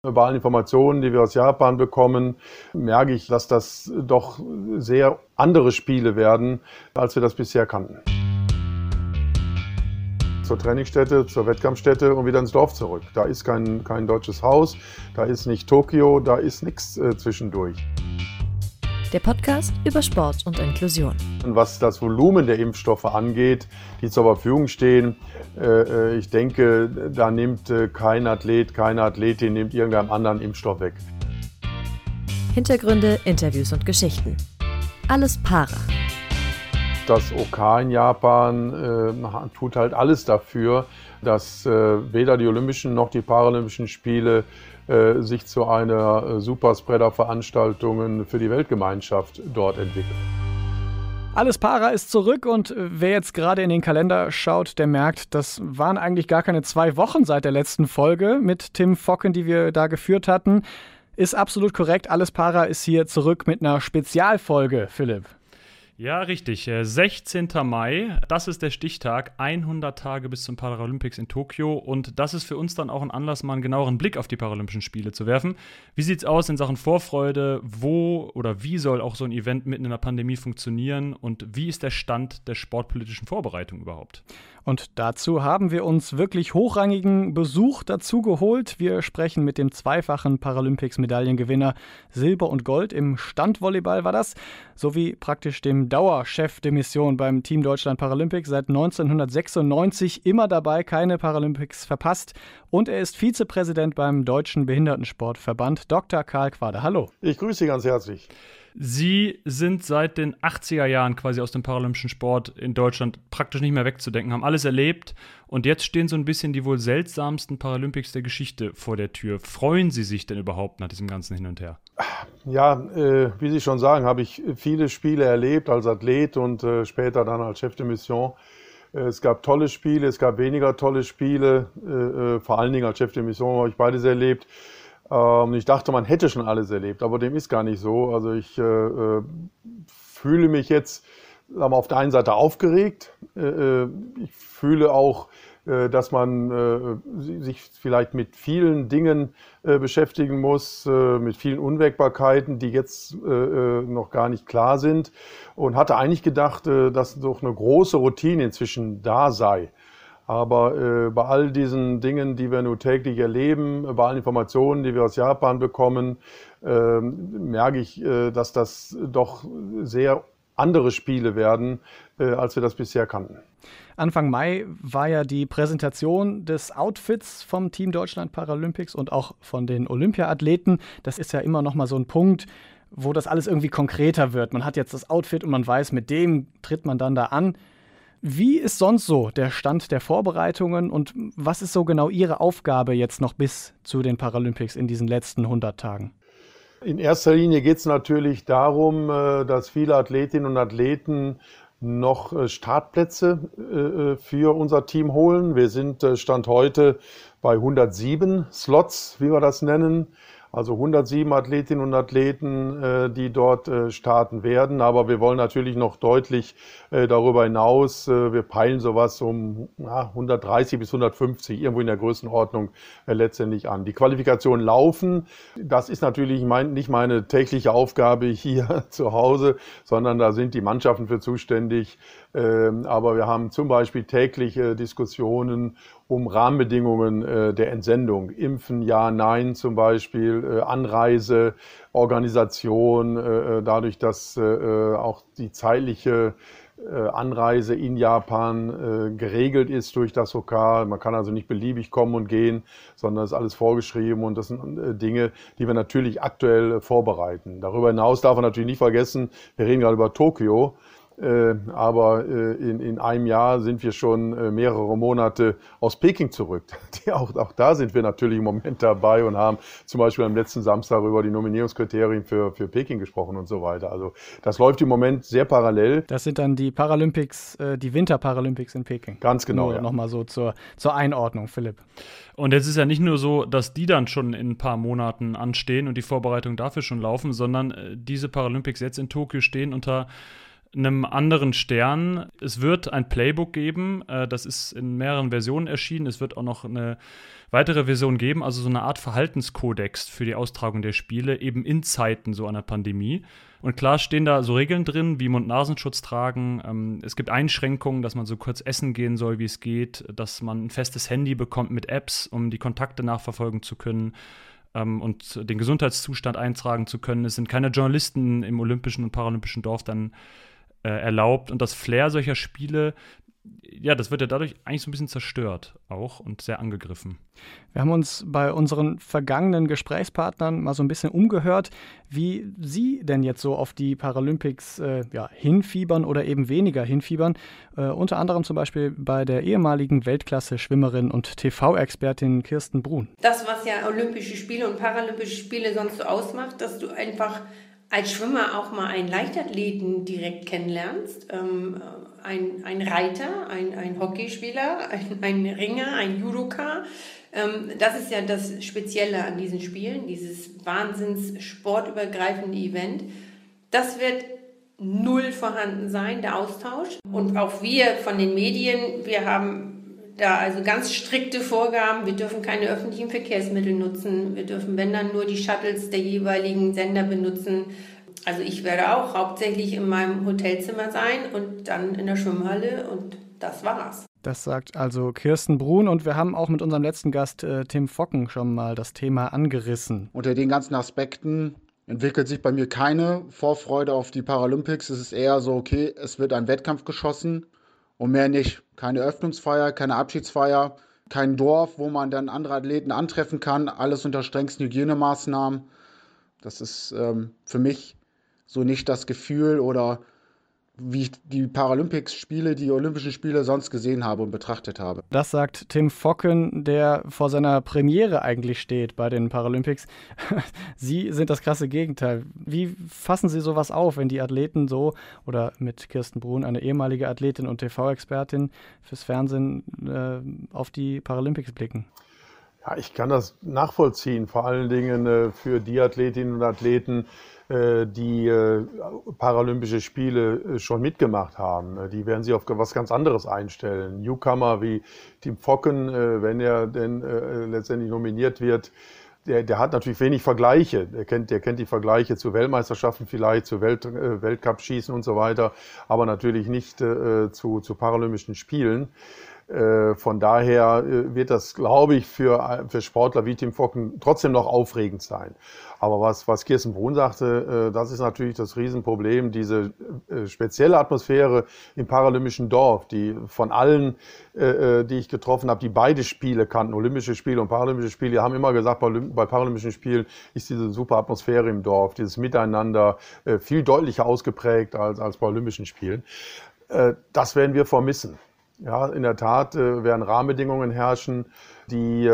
Bei allen Informationen, die wir aus Japan bekommen, merke ich, dass das doch sehr andere Spiele werden, als wir das bisher kannten. Zur Trainingsstätte, zur Wettkampfstätte und wieder ins Dorf zurück. Da ist kein deutsches Haus, da ist nicht Tokio, da ist nichts zwischendurch. Der Podcast über Sport und Inklusion. Und was das Volumen der Impfstoffe angeht, die zur Verfügung stehen, ich denke, da nimmt kein Athlet, keine Athletin nimmt irgendeinem anderen Impfstoff weg. Hintergründe, Interviews und Geschichten. Alles Para. Das OK in Japan tut halt alles dafür, dass weder die Olympischen noch die Paralympischen Spiele sich zu einer Superspreader-Veranstaltung für die Weltgemeinschaft dort entwickeln. Alles Para ist zurück und wer jetzt gerade in den Kalender schaut, der merkt, das waren eigentlich gar keine 2 Wochen seit der letzten Folge mit Tim Focken, die wir da geführt hatten. Ist absolut korrekt, Alles Para ist hier zurück mit einer Spezialfolge, Philipp. Ja, richtig. 16. Mai, das ist der Stichtag, 100 Tage bis zum Paralympics in Tokio. Und das ist für uns dann auch ein Anlass, mal einen genaueren Blick auf die Paralympischen Spiele zu werfen. Wie sieht's aus in Sachen Vorfreude? Wo oder wie soll auch so ein Event mitten in der Pandemie funktionieren? Und wie ist der Stand der sportpolitischen Vorbereitung überhaupt? Und dazu haben wir uns wirklich hochrangigen Besuch dazu geholt. Wir sprechen mit dem zweifachen Paralympics-Medaillengewinner Silber und Gold im Standvolleyball war das, sowie praktisch dem Dauerchef der Mission beim Team Deutschland Paralympics, seit 1996 immer dabei, keine Paralympics verpasst. Und er ist Vizepräsident beim Deutschen Behindertensportverband, Dr. Karl Quader. Hallo. Ich grüße Sie ganz herzlich. Sie sind seit den 80er Jahren quasi aus dem paralympischen Sport in Deutschland praktisch nicht mehr wegzudenken, haben alles erlebt und jetzt stehen so ein bisschen die wohl seltsamsten Paralympics der Geschichte vor der Tür. Freuen Sie sich denn überhaupt nach diesem ganzen Hin und Her? Ja, wie Sie schon sagen, habe ich viele Spiele erlebt als Athlet und später dann als Chef de Mission. Es gab tolle Spiele, es gab weniger tolle Spiele, vor allen Dingen als Chef de Mission habe ich beides erlebt. Ich dachte, man hätte schon alles erlebt, aber dem ist gar nicht so. Also ich fühle mich jetzt auf der einen Seite aufgeregt. Ich fühle auch, dass man sich vielleicht mit vielen Dingen beschäftigen muss, mit vielen Unwägbarkeiten, die jetzt noch gar nicht klar sind. Und hatte eigentlich gedacht, dass doch eine große Routine inzwischen da sei. Aber bei all diesen Dingen, die wir nur täglich erleben, bei allen Informationen, die wir aus Japan bekommen, merke ich, dass das doch sehr andere Spiele werden, als wir das bisher kannten. Anfang Mai war ja die Präsentation des Outfits vom Team Deutschland Paralympics und auch von den Olympiaathleten. Das ist ja immer noch mal so ein Punkt, wo das alles irgendwie konkreter wird. Man hat jetzt das Outfit und man weiß, mit dem tritt man dann da an. Wie ist sonst so der Stand der Vorbereitungen und was ist so genau Ihre Aufgabe jetzt noch bis zu den Paralympics in diesen letzten 100 Tagen? In erster Linie geht es natürlich darum, dass viele Athletinnen und Athleten noch Startplätze für unser Team holen. Wir sind Stand heute bei 107 Slots, wie wir das nennen. Also 107 Athletinnen und Athleten, die dort starten werden. Aber wir wollen natürlich noch deutlich darüber hinaus. Wir peilen sowas um 130 bis 150, irgendwo in der Größenordnung letztendlich an. Die Qualifikationen laufen. Das ist natürlich nicht meine tägliche Aufgabe hier zu Hause, sondern da sind die Mannschaften für zuständig. Aber wir haben zum Beispiel täglich Diskussionen um Rahmenbedingungen der Entsendung. Impfen, ja, nein zum Beispiel, Anreise, Organisation, dadurch, dass auch die zeitliche Anreise in Japan geregelt ist durch das OK. Man kann also nicht beliebig kommen und gehen, sondern es ist alles vorgeschrieben und das sind Dinge, die wir natürlich aktuell vorbereiten. Darüber hinaus darf man natürlich nicht vergessen, wir reden gerade über Tokio. Aber in einem Jahr sind wir schon mehrere Monate aus Peking zurück. Auch da sind wir natürlich im Moment dabei und haben zum Beispiel am letzten Samstag über die Nominierungskriterien für Peking gesprochen und so weiter. Also das läuft im Moment sehr parallel. Das sind dann die Paralympics, die Winter-Paralympics in Peking. Ganz genau, ja. Nochmal so zur Einordnung, Philipp. Und es ist ja nicht nur so, dass die dann schon in ein paar Monaten anstehen und die Vorbereitungen dafür schon laufen, sondern diese Paralympics jetzt in Tokio stehen unter einem anderen Stern. Es wird ein Playbook geben, das ist in mehreren Versionen erschienen. Es wird auch noch eine weitere Version geben, also so eine Art Verhaltenskodex für die Austragung der Spiele, eben in Zeiten so einer Pandemie. Und klar stehen da so Regeln drin, wie Mund-Nasenschutz tragen. Es gibt Einschränkungen, dass man so kurz essen gehen soll, wie es geht, dass man ein festes Handy bekommt mit Apps, um die Kontakte nachverfolgen zu können. Und den Gesundheitszustand eintragen zu können. Es sind keine Journalisten im olympischen und paralympischen Dorf dann erlaubt. Und das Flair solcher Spiele, ja, das wird ja dadurch eigentlich so ein bisschen zerstört auch und sehr angegriffen. Wir haben uns bei unseren vergangenen Gesprächspartnern mal so ein bisschen umgehört, wie sie denn jetzt so auf die Paralympics hinfiebern oder eben weniger hinfiebern. Unter anderem zum Beispiel bei der ehemaligen Weltklasse-Schwimmerin und TV-Expertin Kirsten Bruhn. Das, was ja Olympische Spiele und Paralympische Spiele sonst so ausmacht, dass du einfach als Schwimmer auch mal einen Leichtathleten direkt kennenlernst, ein Reiter, ein Hockeyspieler, ein Ringer, ein Judoka. Das ist ja das Spezielle an diesen Spielen, dieses wahnsinns sportübergreifende Event. Das wird null vorhanden sein, der Austausch. Und auch wir von den Medien, wir haben da also ganz strikte Vorgaben. Wir dürfen keine öffentlichen Verkehrsmittel nutzen. Wir dürfen, wenn dann, nur die Shuttles der jeweiligen Sender benutzen. Also ich werde auch hauptsächlich in meinem Hotelzimmer sein und dann in der Schwimmhalle und das war's. Das sagt also Kirsten Bruhn und wir haben auch mit unserem letzten Gast Tim Focken schon mal das Thema angerissen. Unter den ganzen Aspekten entwickelt sich bei mir keine Vorfreude auf die Paralympics. Es ist eher so, okay, es wird ein Wettkampf geschossen und mehr nicht. Keine Öffnungsfeier, keine Abschiedsfeier, kein Dorf, wo man dann andere Athleten antreffen kann. Alles unter strengsten Hygienemaßnahmen. Das ist für mich so nicht das Gefühl oder wie ich die Paralympics-Spiele, die Olympischen Spiele sonst gesehen habe und betrachtet habe. Das sagt Tim Focken, der vor seiner Premiere eigentlich steht bei den Paralympics. Sie sind das krasse Gegenteil. Wie fassen Sie sowas auf, wenn die Athleten so, oder mit Kirsten Bruhn, eine ehemalige Athletin und TV-Expertin fürs Fernsehen, auf die Paralympics blicken? Ja, ich kann das nachvollziehen, vor allen Dingen für die Athletinnen und Athleten, die Paralympische Spiele schon mitgemacht haben. Die werden sich auf was ganz anderes einstellen. Newcomer wie Tim Focken, wenn er denn letztendlich nominiert wird, der hat natürlich wenig Vergleiche. Der kennt die Vergleiche zu Weltmeisterschaften vielleicht, zu Weltcup-Schießen und so weiter, aber natürlich nicht zu Paralympischen Spielen. Von daher wird das, glaube ich, für Sportler wie Tim Focken trotzdem noch aufregend sein. Aber was Kirsten Bruhn sagte, das ist natürlich das Riesenproblem, diese spezielle Atmosphäre im paralympischen Dorf, die von allen, die ich getroffen habe, die beide Spiele kannten, Olympische Spiele und Paralympische Spiele, die haben immer gesagt, bei Paralympischen Spielen ist diese super Atmosphäre im Dorf, dieses Miteinander viel deutlicher ausgeprägt als bei Olympischen Spielen. Das werden wir vermissen. Ja, in der Tat werden Rahmenbedingungen herrschen, die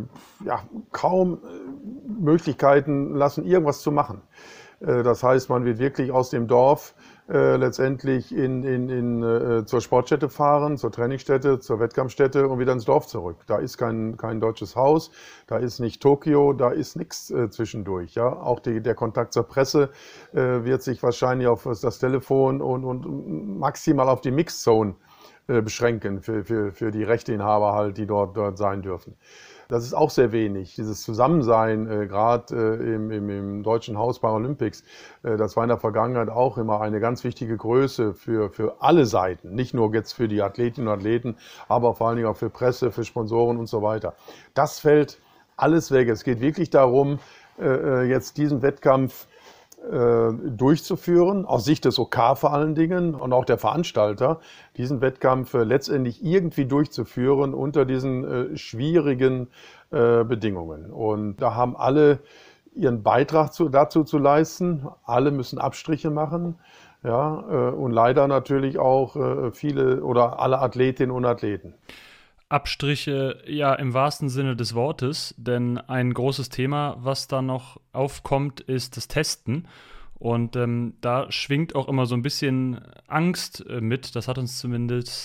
kaum Möglichkeiten lassen, irgendwas zu machen. Das heißt, man wird wirklich aus dem Dorf letztendlich zur Sportstätte fahren, zur Trainingsstätte, zur Wettkampfstätte und wieder ins Dorf zurück. Da ist kein deutsches Haus, da ist nicht Tokio, da ist nichts zwischendurch. Ja? Auch der Kontakt zur Presse wird sich wahrscheinlich auf das Telefon und maximal auf die Mixzone beschränken für die Rechteinhaber halt, die dort sein dürfen. Das ist auch sehr wenig. Dieses Zusammensein, gerade im Deutschen Haus Paralympics, das war in der Vergangenheit auch immer eine ganz wichtige Größe für alle Seiten. Nicht nur jetzt für die Athletinnen und Athleten, aber vor allen Dingen auch für Presse, für Sponsoren und so weiter. Das fällt alles weg. Es geht wirklich darum, jetzt diesen Wettkampf durchzuführen, aus Sicht des OK vor allen Dingen und auch der Veranstalter, diesen Wettkampf letztendlich irgendwie durchzuführen unter diesen schwierigen Bedingungen. Und da haben alle ihren Beitrag dazu zu leisten. Alle müssen Abstriche machen. Ja, und leider natürlich auch viele oder alle Athletinnen und Athleten. Abstriche, ja, im wahrsten Sinne des Wortes, denn ein großes Thema, was da noch aufkommt, ist das Testen. Und da schwingt auch immer so ein bisschen Angst mit, das hat uns zumindest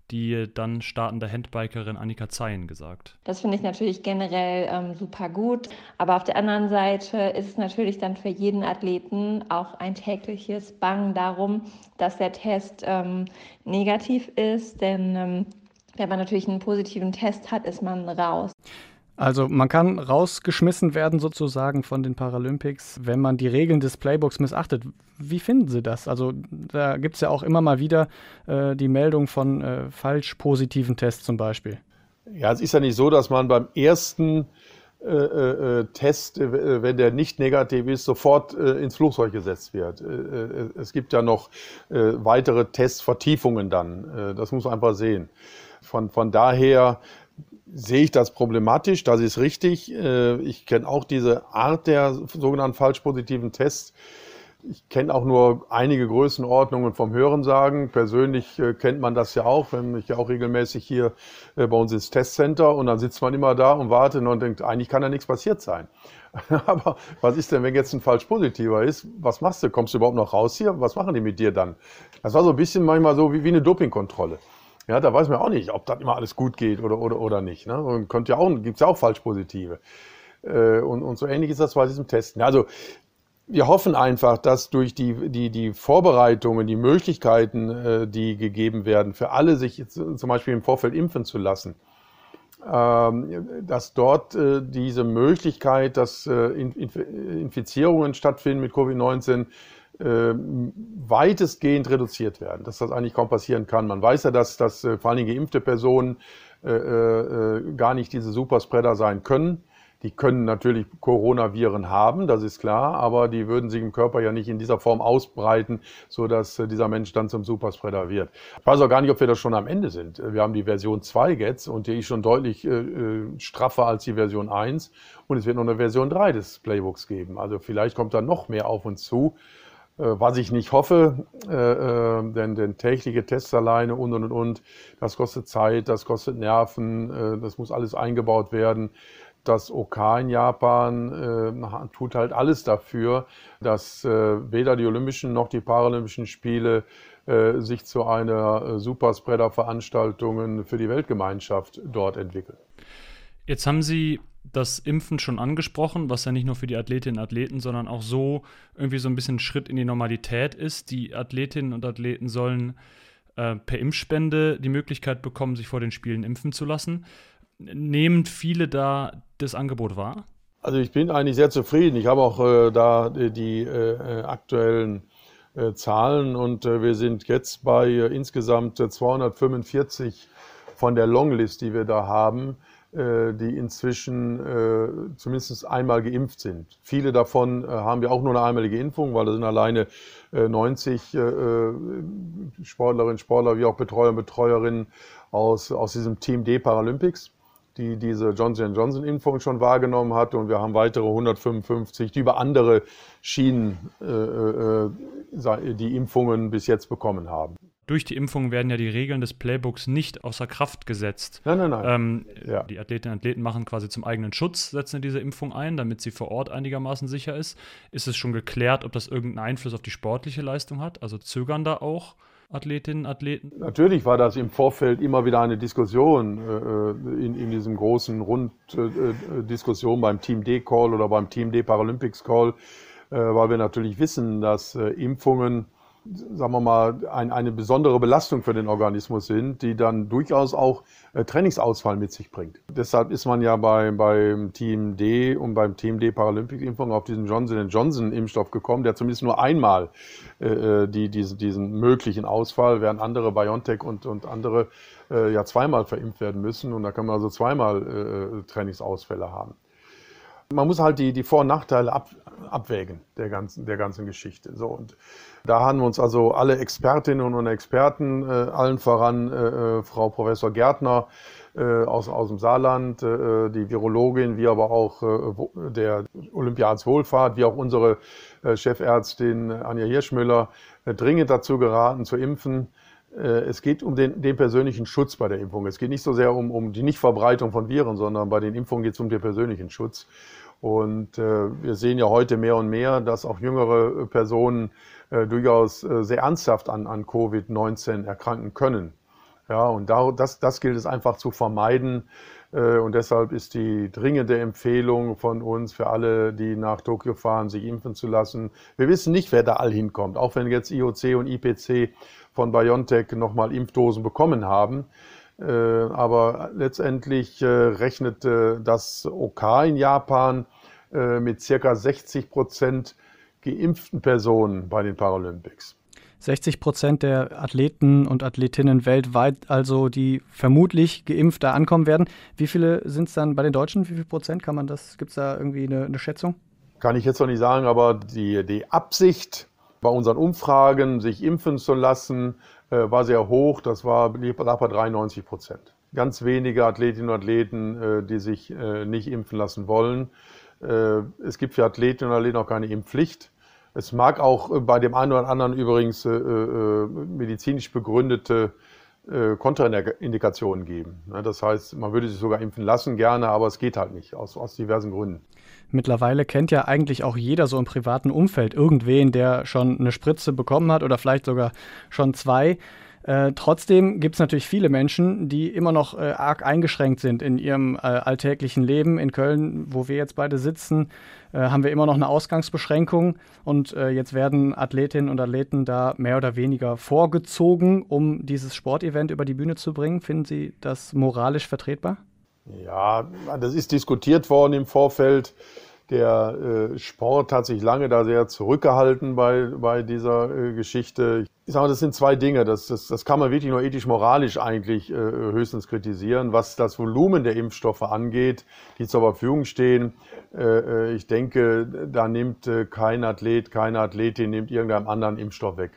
die dann startende Handbikerin Annika Zeyen gesagt. Das finde ich natürlich generell super gut, aber auf der anderen Seite ist es natürlich dann für jeden Athleten auch ein tägliches Bangen darum, dass der Test negativ ist, denn wenn man natürlich einen positiven Test hat, ist man raus. Also man kann rausgeschmissen werden sozusagen von den Paralympics, wenn man die Regeln des Playbooks missachtet. Wie finden Sie das? Also da gibt es ja auch immer mal wieder die Meldung von falsch positiven Tests zum Beispiel. Ja, es ist ja nicht so, dass man beim ersten Test, wenn der nicht negativ ist, sofort ins Flugzeug gesetzt wird. Es gibt ja noch weitere Testvertiefungen dann. Das muss man einfach sehen. Von daher sehe ich das problematisch, das ist richtig. Ich kenne auch diese Art der sogenannten falsch positiven Tests. Ich kenne auch nur einige Größenordnungen vom Hörensagen. Persönlich kennt man das ja auch, wenn ich ja auch regelmäßig hier bei uns ins Testcenter und dann sitzt man immer da und wartet und denkt, eigentlich kann da nichts passiert sein. Aber was ist denn, wenn jetzt ein falsch positiver ist? Was machst du? Kommst du überhaupt noch raus hier? Was machen die mit dir dann? Das war so ein bisschen manchmal so wie eine Dopingkontrolle. Ja, da weiß man auch nicht, ob das immer alles gut geht oder nicht. Ne? Und gibt es ja auch falsch positive. Und so ähnlich ist das bei diesem Testen. Also wir hoffen einfach, dass durch die Vorbereitungen, die Möglichkeiten, die gegeben werden, für alle sich jetzt, zum Beispiel im Vorfeld impfen zu lassen, dass dort diese Möglichkeit, dass Infizierungen stattfinden mit Covid-19, weitestgehend reduziert werden, dass das eigentlich kaum passieren kann. Man weiß ja, dass vor allen Dingen geimpfte Personen gar nicht diese Superspreader sein können. Die können natürlich Coronaviren haben, das ist klar, aber die würden sich im Körper ja nicht in dieser Form ausbreiten, sodass dieser Mensch dann zum Superspreader wird. Ich weiß auch gar nicht, ob wir da schon am Ende sind. Wir haben die Version 2 jetzt und die ist schon deutlich straffer als die Version 1 und es wird noch eine Version 3 des Playbooks geben. Also vielleicht kommt da noch mehr auf uns zu. Was ich nicht hoffe, denn tägliche Tests alleine und, das kostet Zeit, das kostet Nerven, das muss alles eingebaut werden. Das OK in Japan tut halt alles dafür, dass weder die Olympischen noch die Paralympischen Spiele sich zu einer Superspreader-Veranstaltung für die Weltgemeinschaft dort entwickeln. Jetzt haben Sie das Impfen schon angesprochen, was ja nicht nur für die Athletinnen und Athleten, sondern auch so irgendwie so ein bisschen ein Schritt in die Normalität ist. Die Athletinnen und Athleten sollen per Impfspende die Möglichkeit bekommen, sich vor den Spielen impfen zu lassen. Nehmen viele da das Angebot wahr? Also ich bin eigentlich sehr zufrieden. Ich habe auch da die aktuellen Zahlen und wir sind jetzt bei insgesamt 245 von der Longlist, die wir da haben, die inzwischen zumindest einmal geimpft sind. Viele davon haben ja auch nur eine einmalige Impfung, weil da sind alleine 90 Sportlerinnen, Sportler wie auch Betreuer und Betreuerinnen aus diesem Team D Paralympics, die diese Johnson & Johnson-Impfung schon wahrgenommen hat. Und wir haben weitere 155, die über andere Schienen die Impfungen bis jetzt bekommen haben. Durch die Impfung werden ja die Regeln des Playbooks nicht außer Kraft gesetzt. Nein. Ja. Die Athletinnen und Athleten machen quasi zum eigenen Schutz, setzen diese Impfung ein, damit sie vor Ort einigermaßen sicher ist. Ist es schon geklärt, ob das irgendeinen Einfluss auf die sportliche Leistung hat? Also zögern da auch Athletinnen und Athleten? Natürlich war das im Vorfeld immer wieder eine Diskussion in diesem großen Runddiskussion beim Team D-Call oder beim Team D Paralympics Call, weil wir natürlich wissen, dass Impfungen, sagen wir mal, eine besondere Belastung für den Organismus sind, die dann durchaus auch Trainingsausfall mit sich bringt. Deshalb ist man ja beim Team D und beim Team D Paralympics-Impfung auf diesen Johnson & Johnson-Impfstoff gekommen, der zumindest nur einmal diesen möglichen Ausfall, während andere BioNTech und andere ja zweimal verimpft werden müssen. Und da kann man also zweimal Trainingsausfälle haben. Man muss halt die Vor- und Nachteile abwägen der ganzen Geschichte. So, und da haben wir uns also alle Expertinnen und Experten, allen voran Frau Professor Gärtner aus dem Saarland, die Virologin, wie aber auch der Olympiarzt Wohlfahrt, wie auch unsere Chefärztin Anja Hirschmüller, dringend dazu geraten, zu impfen. Es geht um den persönlichen Schutz bei der Impfung. Es geht nicht so sehr um die Nichtverbreitung von Viren, sondern bei den Impfungen geht es um den persönlichen Schutz. Und wir sehen ja heute mehr und mehr, dass auch jüngere Personen durchaus sehr ernsthaft an Covid-19 erkranken können. Ja, und das gilt es einfach zu vermeiden. Und deshalb ist die dringende Empfehlung von uns für alle, die nach Tokio fahren, sich impfen zu lassen. Wir wissen nicht, wer da all hinkommt, auch wenn jetzt IOC und IPC von BioNTech nochmal Impfdosen bekommen haben. Aber letztendlich rechnet das OK in Japan mit circa 60% geimpften Personen bei den Paralympics. 60% der Athleten und Athletinnen weltweit, also die vermutlich geimpft da ankommen werden. Wie viele sind es dann bei den Deutschen? Wie viel Prozent gibt es da irgendwie eine Schätzung? Kann ich jetzt noch nicht sagen, aber die Absicht bei unseren Umfragen, sich impfen zu lassen, war sehr hoch. Das lag bei 93%. Ganz wenige Athletinnen und Athleten, die sich nicht impfen lassen wollen. Es gibt für Athletinnen und Athleten auch keine Impfpflicht. Es mag auch bei dem einen oder anderen übrigens medizinisch begründete Kontraindikationen geben. Das heißt, man würde sich sogar impfen lassen gerne, aber es geht halt nicht, aus diversen Gründen. Mittlerweile kennt ja eigentlich auch jeder so im privaten Umfeld irgendwen, der schon eine Spritze bekommen hat oder vielleicht sogar schon 2. Trotzdem gibt es natürlich viele Menschen, die immer noch arg eingeschränkt sind in ihrem alltäglichen Leben. In Köln, wo wir jetzt beide sitzen, haben wir immer noch eine Ausgangsbeschränkung. Und jetzt werden Athletinnen und Athleten da mehr oder weniger vorgezogen, um dieses Sportevent über die Bühne zu bringen. Finden Sie das moralisch vertretbar? Ja, das ist diskutiert worden im Vorfeld. Der Sport hat sich lange da sehr zurückgehalten bei dieser Geschichte. Ich sage mal, das sind 2 Dinge. Das kann man wirklich nur ethisch-moralisch eigentlich höchstens kritisieren. Was das Volumen der Impfstoffe angeht, die zur Verfügung stehen, ich denke, da nimmt kein Athlet, keine Athletin nimmt irgendeinem anderen Impfstoff weg.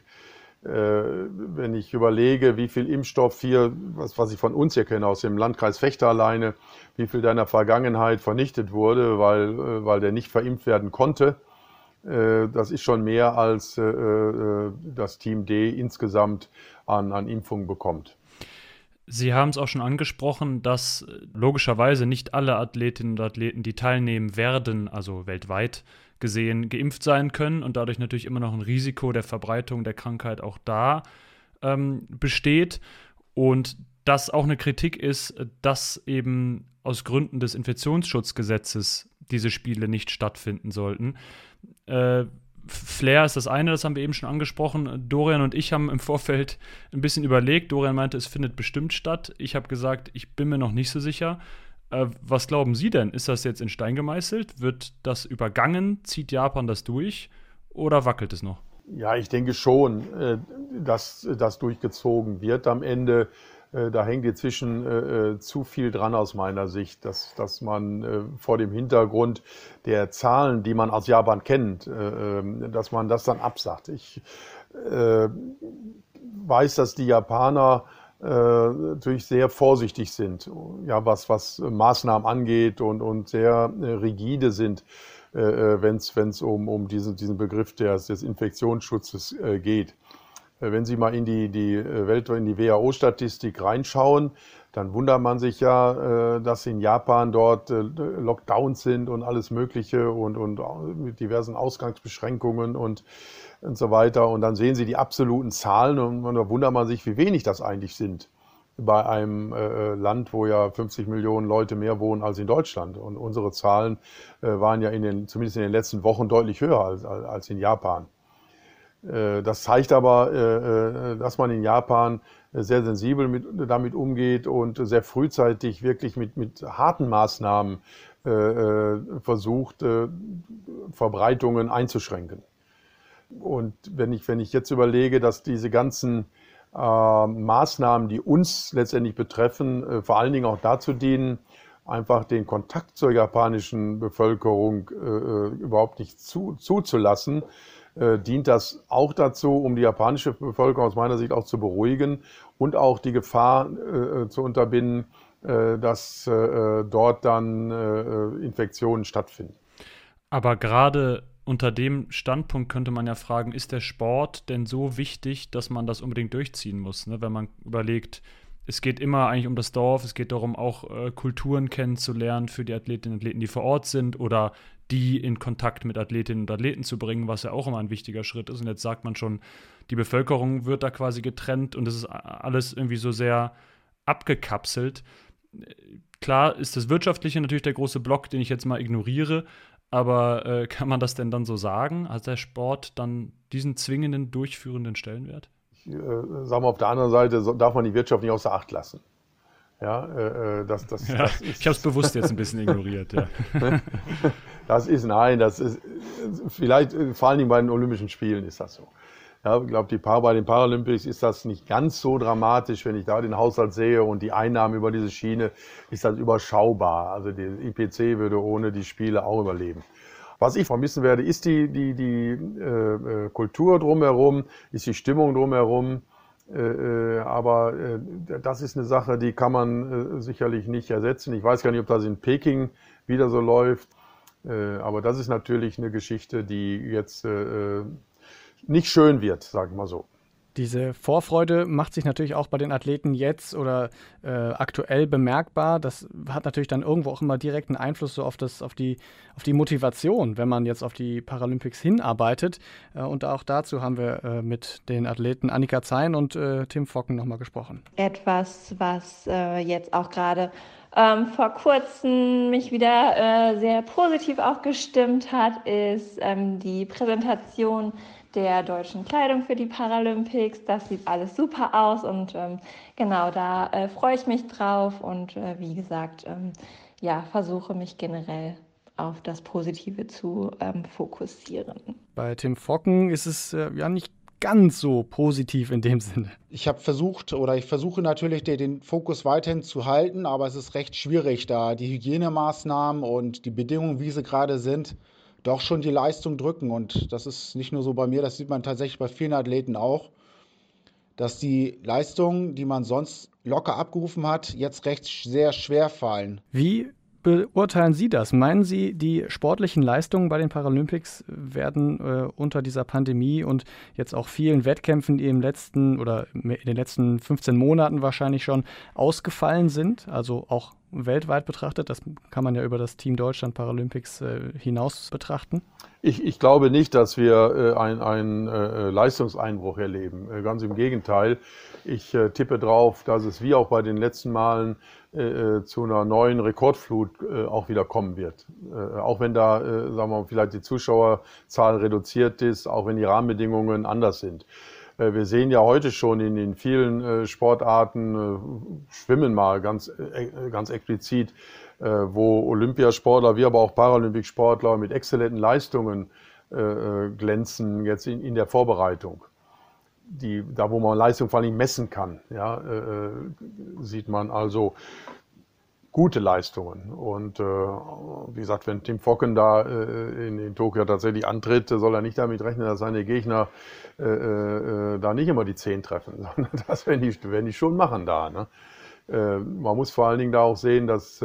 Wenn ich überlege, wie viel Impfstoff hier, was ich von uns hier kenne, aus dem Landkreis Vechta alleine, wie viel da in der Vergangenheit vernichtet wurde, weil der nicht verimpft werden konnte, das ist schon mehr, als das Team D insgesamt an Impfungen bekommt. Sie haben es auch schon angesprochen, dass logischerweise nicht alle Athletinnen und Athleten, die teilnehmen werden, also weltweit gesehen, geimpft sein können und dadurch natürlich immer noch ein Risiko der Verbreitung der Krankheit auch da besteht. Und dass auch eine Kritik ist, dass eben aus Gründen des Infektionsschutzgesetzes diese Spiele nicht stattfinden sollten. Flair ist das eine, das haben wir eben schon angesprochen. Dorian und ich haben im Vorfeld ein bisschen überlegt. Dorian meinte, es findet bestimmt statt. Ich habe gesagt, ich bin mir noch nicht so sicher. Was glauben Sie denn? Ist das jetzt in Stein gemeißelt? Wird das übergangen? Zieht Japan das durch? Oder wackelt es noch? Ja, ich denke schon, dass das durchgezogen wird am Ende. Da hängt inzwischen zu viel dran aus meiner Sicht, dass man vor dem Hintergrund der Zahlen, die man aus Japan kennt, dass man das dann absagt. Ich weiß, dass die Japaner natürlich sehr vorsichtig sind, ja, was Maßnahmen angeht und sehr rigide sind, wenn es um diesen Begriff des Infektionsschutzes geht. Wenn Sie mal in die WHO-Statistik reinschauen, dann wundert man sich ja, dass in Japan dort Lockdowns sind und alles Mögliche und mit diversen Ausgangsbeschränkungen und so weiter. Und dann sehen Sie die absoluten Zahlen und da wundert man sich, wie wenig das eigentlich sind bei einem Land, wo ja 50 Millionen Leute mehr wohnen als in Deutschland. Und unsere Zahlen waren ja zumindest in den letzten Wochen deutlich höher als in Japan. Das zeigt aber, dass man in Japan sehr sensibel damit umgeht und sehr frühzeitig wirklich mit harten Maßnahmen versucht, Verbreitungen einzuschränken. Und wenn ich jetzt überlege, dass diese ganzen Maßnahmen, die uns letztendlich betreffen, vor allen Dingen auch dazu dienen, einfach den Kontakt zur japanischen Bevölkerung überhaupt nicht zuzulassen, dient das auch dazu, um die japanische Bevölkerung aus meiner Sicht auch zu beruhigen und auch die Gefahr zu unterbinden, dass dort dann Infektionen stattfinden. Aber gerade unter dem Standpunkt könnte man ja fragen, ist der Sport denn so wichtig, dass man das unbedingt durchziehen muss? Ne? Wenn man überlegt, es geht immer eigentlich um das Dorf, es geht darum, auch Kulturen kennenzulernen für die Athletinnen und Athleten, die vor Ort sind oder die in Kontakt mit Athletinnen und Athleten zu bringen, was ja auch immer ein wichtiger Schritt ist. Und jetzt sagt man schon, die Bevölkerung wird da quasi getrennt und es ist alles irgendwie so sehr abgekapselt. Klar ist das Wirtschaftliche natürlich der große Block, den ich jetzt mal ignoriere, aber kann man das denn dann so sagen? Hat der Sport dann diesen zwingenden, durchführenden Stellenwert? Sagen wir, auf der anderen Seite darf man die Wirtschaft nicht außer Acht lassen. Ja, das ist, ich habe es bewusst jetzt ein bisschen ignoriert. Ja. Das ist vielleicht vor allen Dingen bei den Olympischen Spielen ist das so. Ja, ich glaube, bei den Paralympics ist das nicht ganz so dramatisch, wenn ich da den Haushalt sehe und die Einnahmen über diese Schiene, ist das überschaubar. Also die IPC würde ohne die Spiele auch überleben. Was ich vermissen werde, ist die Kultur drumherum, ist die Stimmung drumherum. Aber das ist eine Sache, die kann man sicherlich nicht ersetzen. Ich weiß gar nicht, ob das in Peking wieder so läuft. Aber das ist natürlich eine Geschichte, die jetzt nicht schön wird, sagen wir mal so. Diese Vorfreude macht sich natürlich auch bei den Athleten jetzt oder aktuell bemerkbar. Das hat natürlich dann irgendwo auch immer direkten Einfluss so auf die Motivation, wenn man jetzt auf die Paralympics hinarbeitet. Und auch dazu haben wir mit den Athleten Annika Zein und Tim Focken nochmal gesprochen. Etwas, was jetzt auch gerade vor kurzem mich wieder sehr positiv auch gestimmt hat, ist die Präsentation der deutschen Kleidung für die Paralympics. Das sieht alles super aus und genau, da freue ich mich drauf und wie gesagt, versuche mich generell auf das Positive zu fokussieren. Bei Tim Focken ist es nicht ganz so positiv in dem Sinne. Ich versuche natürlich den Fokus weiterhin zu halten, aber es ist recht schwierig, da die Hygienemaßnahmen und die Bedingungen, wie sie gerade sind, doch schon die Leistung drücken. Und das ist nicht nur so bei mir, das sieht man tatsächlich bei vielen Athleten auch, dass die Leistungen, die man sonst locker abgerufen hat, jetzt sehr schwer fallen. Wie beurteilen Sie das? Meinen Sie, die sportlichen Leistungen bei den Paralympics werden unter dieser Pandemie und jetzt auch vielen Wettkämpfen, die in den letzten 15 Monaten wahrscheinlich schon ausgefallen sind, also auch weltweit betrachtet? Das kann man ja über das Team Deutschland Paralympics hinaus betrachten. Ich glaube nicht, dass wir einen Leistungseinbruch erleben. Ganz im Gegenteil. Ich tippe drauf, dass es wie auch bei den letzten Malen zu einer neuen Rekordflut auch wieder kommen wird. Auch wenn da, sagen wir mal, vielleicht die Zuschauerzahl reduziert ist, auch wenn die Rahmenbedingungen anders sind. Wir sehen ja heute schon in vielen Sportarten, Schwimmen mal ganz explizit, wo Olympiasportler, wie aber auch Paralympicsportler mit exzellenten Leistungen glänzen jetzt in der Vorbereitung. Da wo man Leistung vor allem messen kann, sieht man also gute Leistungen. Und wie gesagt, wenn Tim Focken da in Tokio tatsächlich antritt, soll er nicht damit rechnen, dass seine Gegner da nicht immer die 10 treffen, sondern das werden die schon machen da. Ne? Man muss vor allen Dingen da auch sehen, dass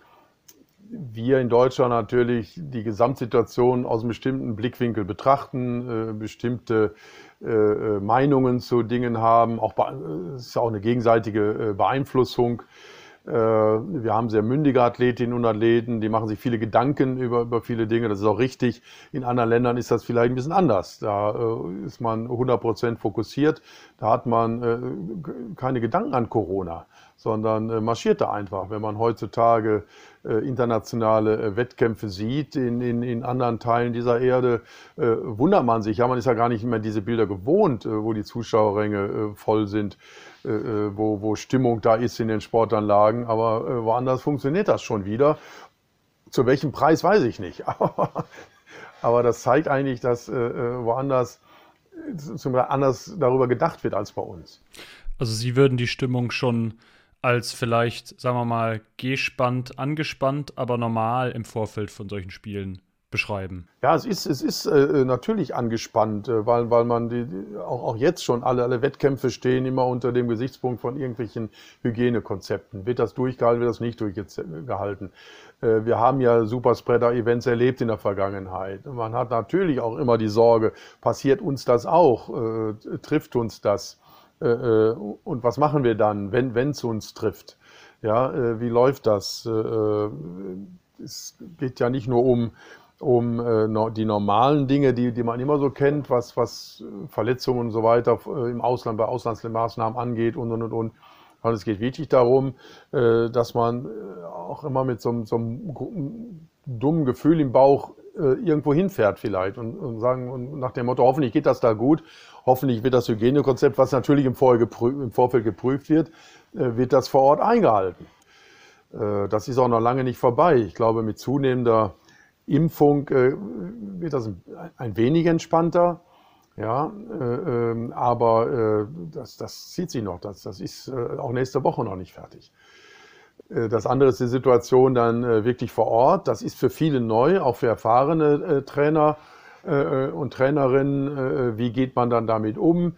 wir in Deutschland natürlich die Gesamtsituation aus einem bestimmten Blickwinkel betrachten, bestimmte Meinungen zu Dingen haben. Es ist ja auch eine gegenseitige Beeinflussung. Wir haben sehr mündige Athletinnen und Athleten, die machen sich viele Gedanken über viele Dinge. Das ist auch richtig. In anderen Ländern ist das vielleicht ein bisschen anders. Da ist man 100% fokussiert. Da hat man keine Gedanken an Corona, sondern marschiert da einfach. Wenn man heutzutage internationale Wettkämpfe sieht in anderen Teilen dieser Erde, wundert man sich. Ja, man ist ja gar nicht mehr diese Bilder gewohnt, wo die Zuschauerränge voll sind, wo Stimmung da ist in den Sportanlagen. Aber woanders funktioniert das schon wieder. Zu welchem Preis, weiß ich nicht. Aber das zeigt eigentlich, dass woanders anders darüber gedacht wird als bei uns. Also Sie würden die Stimmung schon als vielleicht, sagen wir mal, gespannt, angespannt, aber normal im Vorfeld von solchen Spielen beschreiben? Ja, es ist natürlich angespannt, weil man auch jetzt schon alle Wettkämpfe stehen immer unter dem Gesichtspunkt von irgendwelchen Hygienekonzepten. Wird das durchgehalten, wird das nicht durchgehalten? Wir haben ja Superspreader-Events erlebt in der Vergangenheit. Man hat natürlich auch immer die Sorge, passiert uns das auch? Trifft uns das? Und was machen wir dann, wenn es uns trifft? Ja, wie läuft das? Es geht ja nicht nur um um die normalen Dinge, die man immer so kennt, was Verletzungen und so weiter im Ausland, bei Auslandsmaßnahmen angeht und. Und es geht wirklich darum, dass man auch immer mit so einem dummen Gefühl im Bauch irgendwo hinfährt vielleicht und sagen nach dem Motto, hoffentlich geht das da gut, hoffentlich wird das Hygienekonzept, was natürlich im Vorfeld geprüft wird das vor Ort eingehalten. Das ist auch noch lange nicht vorbei. Ich glaube, mit zunehmender Impfung wird das ein wenig entspannter. Ja, aber das zieht sich noch. Das ist auch nächste Woche noch nicht fertig. Das andere ist die Situation dann wirklich vor Ort. Das ist für viele neu, auch für erfahrene Trainer und Trainerinnen. Wie geht man dann damit um?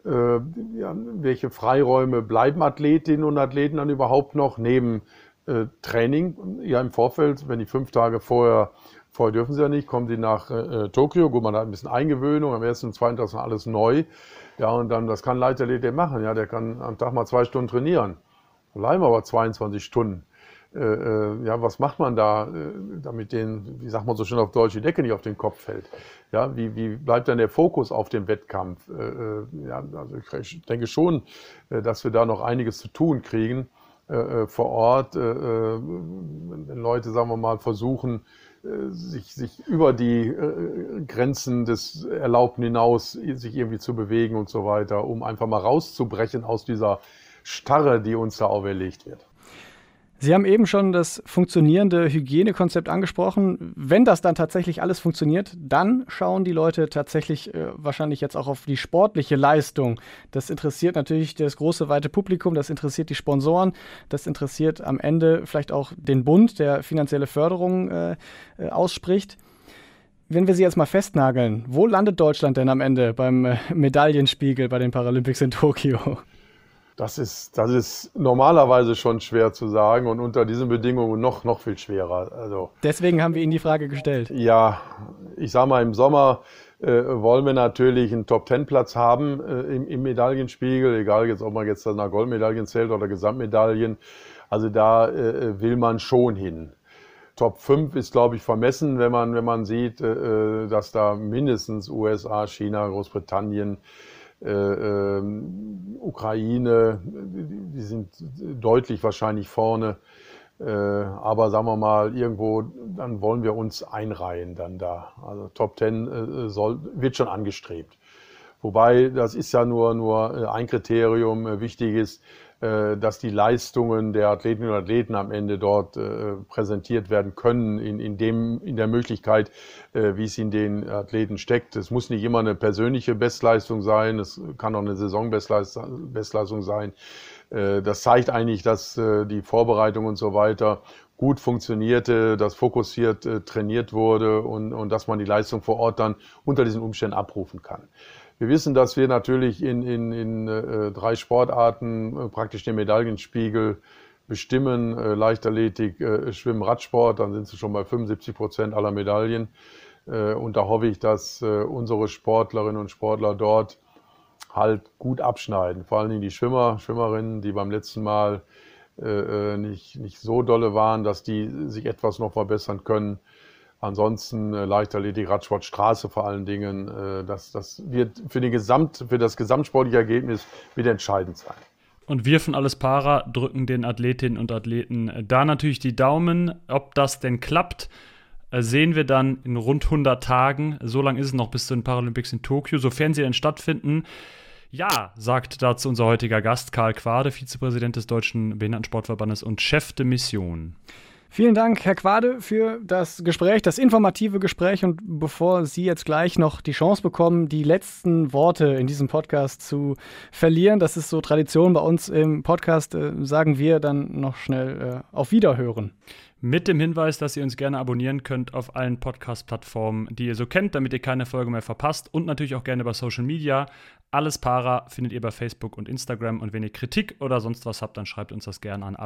Welche Freiräume bleiben Athletinnen und Athleten dann überhaupt noch neben Training? Ja, im Vorfeld, wenn die 5 Tage vorher dürfen sie ja nicht, kommen sie nach Tokio. Gut, man hat ein bisschen Eingewöhnung, am ersten und zweiten Tag ist alles neu. Ja, und dann, das kann ein Leichtathlet machen. Ja, der kann am Tag mal 2 Stunden trainieren. Bleiben aber 22 Stunden. Ja, was macht man da, damit denen, wie sagt man so schön auf Deutsch, die Decke nicht auf den Kopf fällt? Ja, wie bleibt dann der Fokus auf dem Wettkampf? Ja, also ich denke schon, dass wir da noch einiges zu tun kriegen vor Ort, wenn Leute, sagen wir mal, versuchen, sich über die Grenzen des Erlaubten hinaus sich irgendwie zu bewegen und so weiter, um einfach mal rauszubrechen aus dieser Starre, die uns da auferlegt wird. Sie haben eben schon das funktionierende Hygienekonzept angesprochen. Wenn das dann tatsächlich alles funktioniert, dann schauen die Leute tatsächlich wahrscheinlich jetzt auch auf die sportliche Leistung. Das interessiert natürlich das große, weite Publikum, das interessiert die Sponsoren, das interessiert am Ende vielleicht auch den Bund, der finanzielle Förderung ausspricht. Wenn wir Sie jetzt mal festnageln, wo landet Deutschland denn am Ende beim Medaillenspiegel bei den Paralympics in Tokio? Das ist normalerweise schon schwer zu sagen und unter diesen Bedingungen noch viel schwerer. Also, deswegen haben wir Ihnen die Frage gestellt. Ja, ich sage mal, im Sommer wollen wir natürlich einen Top-10-Platz haben im Medaillenspiegel, egal jetzt, ob man jetzt nach Goldmedaillen zählt oder Gesamtmedaillen. Also da will man schon hin. Top 5 ist, glaube ich, vermessen, wenn man sieht, dass da mindestens USA, China, Großbritannien, Ukraine, die sind deutlich wahrscheinlich vorne, aber sagen wir mal, irgendwo, dann wollen wir uns einreihen dann da. Also Top 10 wird schon angestrebt. Wobei, das ist ja nur ein Kriterium. Wichtig ist, dass die Leistungen der Athletinnen und Athleten am Ende dort präsentiert werden können, in der Möglichkeit, wie es in den Athleten steckt. Es muss nicht immer eine persönliche Bestleistung sein, es kann auch eine Saisonbestleistung sein. Das zeigt eigentlich, dass die Vorbereitung und so weiter gut funktionierte, dass fokussiert trainiert wurde und dass man die Leistung vor Ort dann unter diesen Umständen abrufen kann. Wir wissen, dass wir natürlich in 3 Sportarten praktisch den Medaillenspiegel bestimmen. Leichtathletik, Schwimmen, Radsport, dann sind sie schon bei 75% aller Medaillen. Und da hoffe ich, dass unsere Sportlerinnen und Sportler dort halt gut abschneiden. Vor allen Dingen die Schwimmerinnen, die beim letzten Mal nicht so dolle waren, dass die sich etwas noch verbessern können. Ansonsten Leichtathletik, Radsport, Straße vor allen Dingen, das wird für das gesamtsportliche Ergebnis wieder entscheidend sein. Und wir von Alles Para drücken den Athletinnen und Athleten da natürlich die Daumen. Ob das denn klappt, sehen wir dann in rund 100 Tagen. So lange ist es noch bis zu den Paralympics in Tokio, sofern sie denn stattfinden. Ja, sagt dazu unser heutiger Gast Karl Quade, Vizepräsident des Deutschen Behindertensportverbandes und Chef de Mission. Vielen Dank, Herr Quade, für das Gespräch, das informative Gespräch. Und bevor Sie jetzt gleich noch die Chance bekommen, die letzten Worte in diesem Podcast zu verlieren, das ist so Tradition bei uns im Podcast, sagen wir dann noch schnell auf Wiederhören. Mit dem Hinweis, dass ihr uns gerne abonnieren könnt auf allen Podcast-Plattformen, die ihr so kennt, damit ihr keine Folge mehr verpasst. Und natürlich auch gerne über Social Media. Alles Para findet ihr bei Facebook und Instagram. Und wenn ihr Kritik oder sonst was habt, dann schreibt uns das gerne an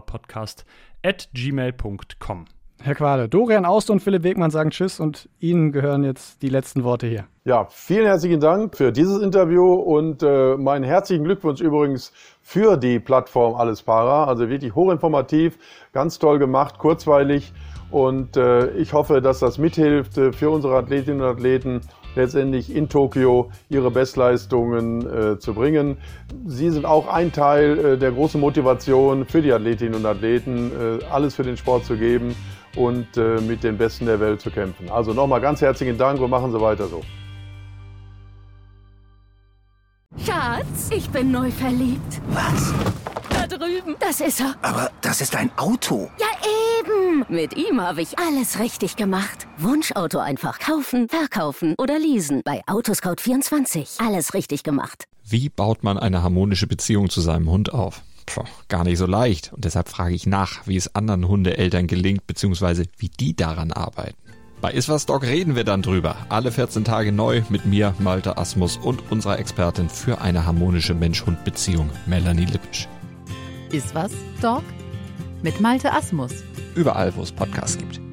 allesparapodcast@gmail.com. Herr Quade, Dorian Aust und Philipp Wegmann sagen Tschüss und Ihnen gehören jetzt die letzten Worte hier. Ja, vielen herzlichen Dank für dieses Interview und meinen herzlichen Glückwunsch übrigens für die Plattform Alles Para. Also wirklich hochinformativ, ganz toll gemacht, kurzweilig Und ich hoffe, dass das mithilft für unsere Athletinnen und Athleten, letztendlich in Tokio ihre Bestleistungen zu bringen. Sie sind auch ein Teil der großen Motivation für die Athletinnen und Athleten, alles für den Sport zu geben und mit den Besten der Welt zu kämpfen. Also nochmal ganz herzlichen Dank und machen Sie weiter so. Schatz, ich bin neu verliebt. Was? Da drüben. Das ist er. Aber das ist ein Auto. Ja, eben. Mit ihm habe ich alles richtig gemacht. Wunschauto einfach kaufen, verkaufen oder leasen. Bei Autoscout24. Alles richtig gemacht. Wie baut man eine harmonische Beziehung zu seinem Hund auf? Gar nicht so leicht. Und deshalb frage ich nach, wie es anderen Hundeeltern gelingt, beziehungsweise wie die daran arbeiten. Bei Iswas Dog reden wir dann drüber. Alle 14 Tage neu mit mir, Malte Asmus, und unserer Expertin für eine harmonische Mensch-Hund-Beziehung, Melanie Lippisch. Iswas Dog mit Malte Asmus. Überall, wo es Podcasts gibt.